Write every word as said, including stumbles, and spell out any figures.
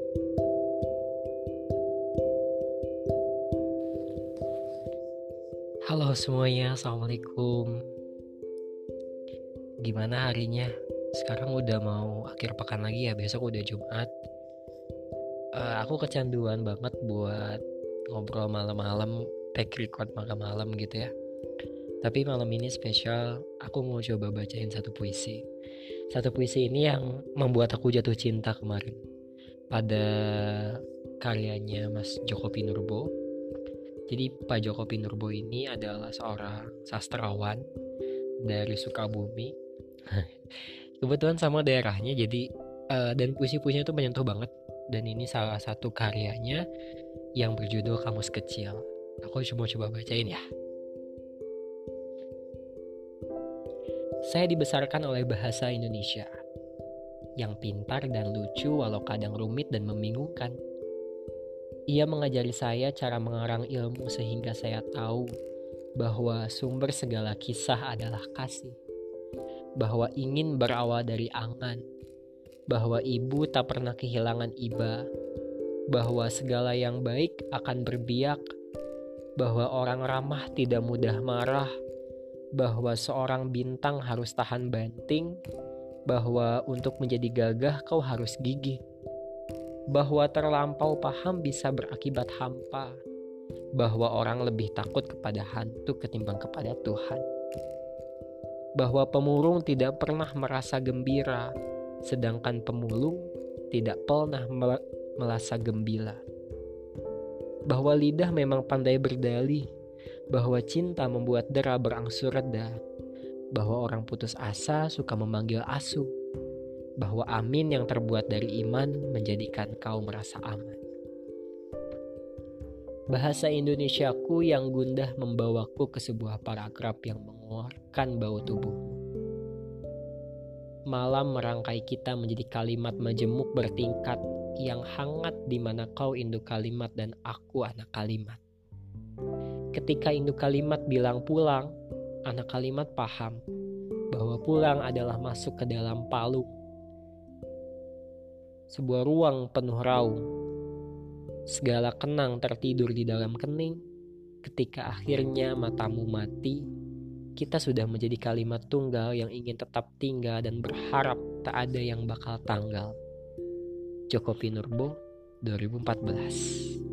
Halo semuanya, Assalamualaikum. Gimana harinya? Sekarang udah mau akhir pekan lagi ya, besok udah Jumat. Eh, aku kecanduan banget buat ngobrol malam-malam, take record malam-malam gitu ya. Tapi malam ini spesial, aku mau coba bacain satu puisi. Satu puisi ini yang membuat aku jatuh cinta kemarin pada karyanya Mas Djoko Pinurbo. Jadi Pak Djoko Pinurbo ini adalah seorang sastrawan dari Sukabumi. Kebetulan sama daerahnya, jadi uh, dan puisi-puisinya itu menyentuh banget. Dan ini salah satu karyanya yang berjudul Kamus Kecil. Aku cuma coba bacain ya. Saya dibesarkan oleh bahasa Indonesia yang pintar dan lucu walau kadang rumit dan membingungkan. Ia mengajari saya cara mengarang ilmu sehingga saya tahu bahwa sumber segala kisah adalah kasih, bahwa ingin berawal dari angan, bahwa ibu tak pernah kehilangan iba, bahwa segala yang baik akan berbiak, bahwa orang ramah tidak mudah marah, bahwa seorang bintang harus tahan banting, bahwa untuk menjadi gagah kau harus gigih, bahwa terlampau paham bisa berakibat hampa, bahwa orang lebih takut kepada hantu ketimbang kepada Tuhan, bahwa pemurung tidak pernah merasa gembira, sedangkan pemulung tidak pernah merasa gembira, bahwa lidah memang pandai berdalih, bahwa cinta membuat dera berangsur reda, bahwa orang putus asa suka memanggil asu, bahwa amin yang terbuat dari iman menjadikan kau merasa aman. Bahasa Indonesiaku yang gundah membawaku ke sebuah paragraf yang mengeluarkan bau tubuh. Malam merangkai kita menjadi kalimat majemuk bertingkat yang hangat di mana kau induk kalimat dan aku anak kalimat. Ketika induk kalimat bilang pulang, anak kalimat paham bahwa pulang adalah masuk ke dalam palung. Sebuah ruang penuh raung. Segala kenang tertidur di dalam kening. Ketika akhirnya matamu mati, kita sudah menjadi kalimat tunggal yang ingin tetap tinggal dan berharap tak ada yang bakal tanggal. Djoko Pinurbo, dua ribu empat belas.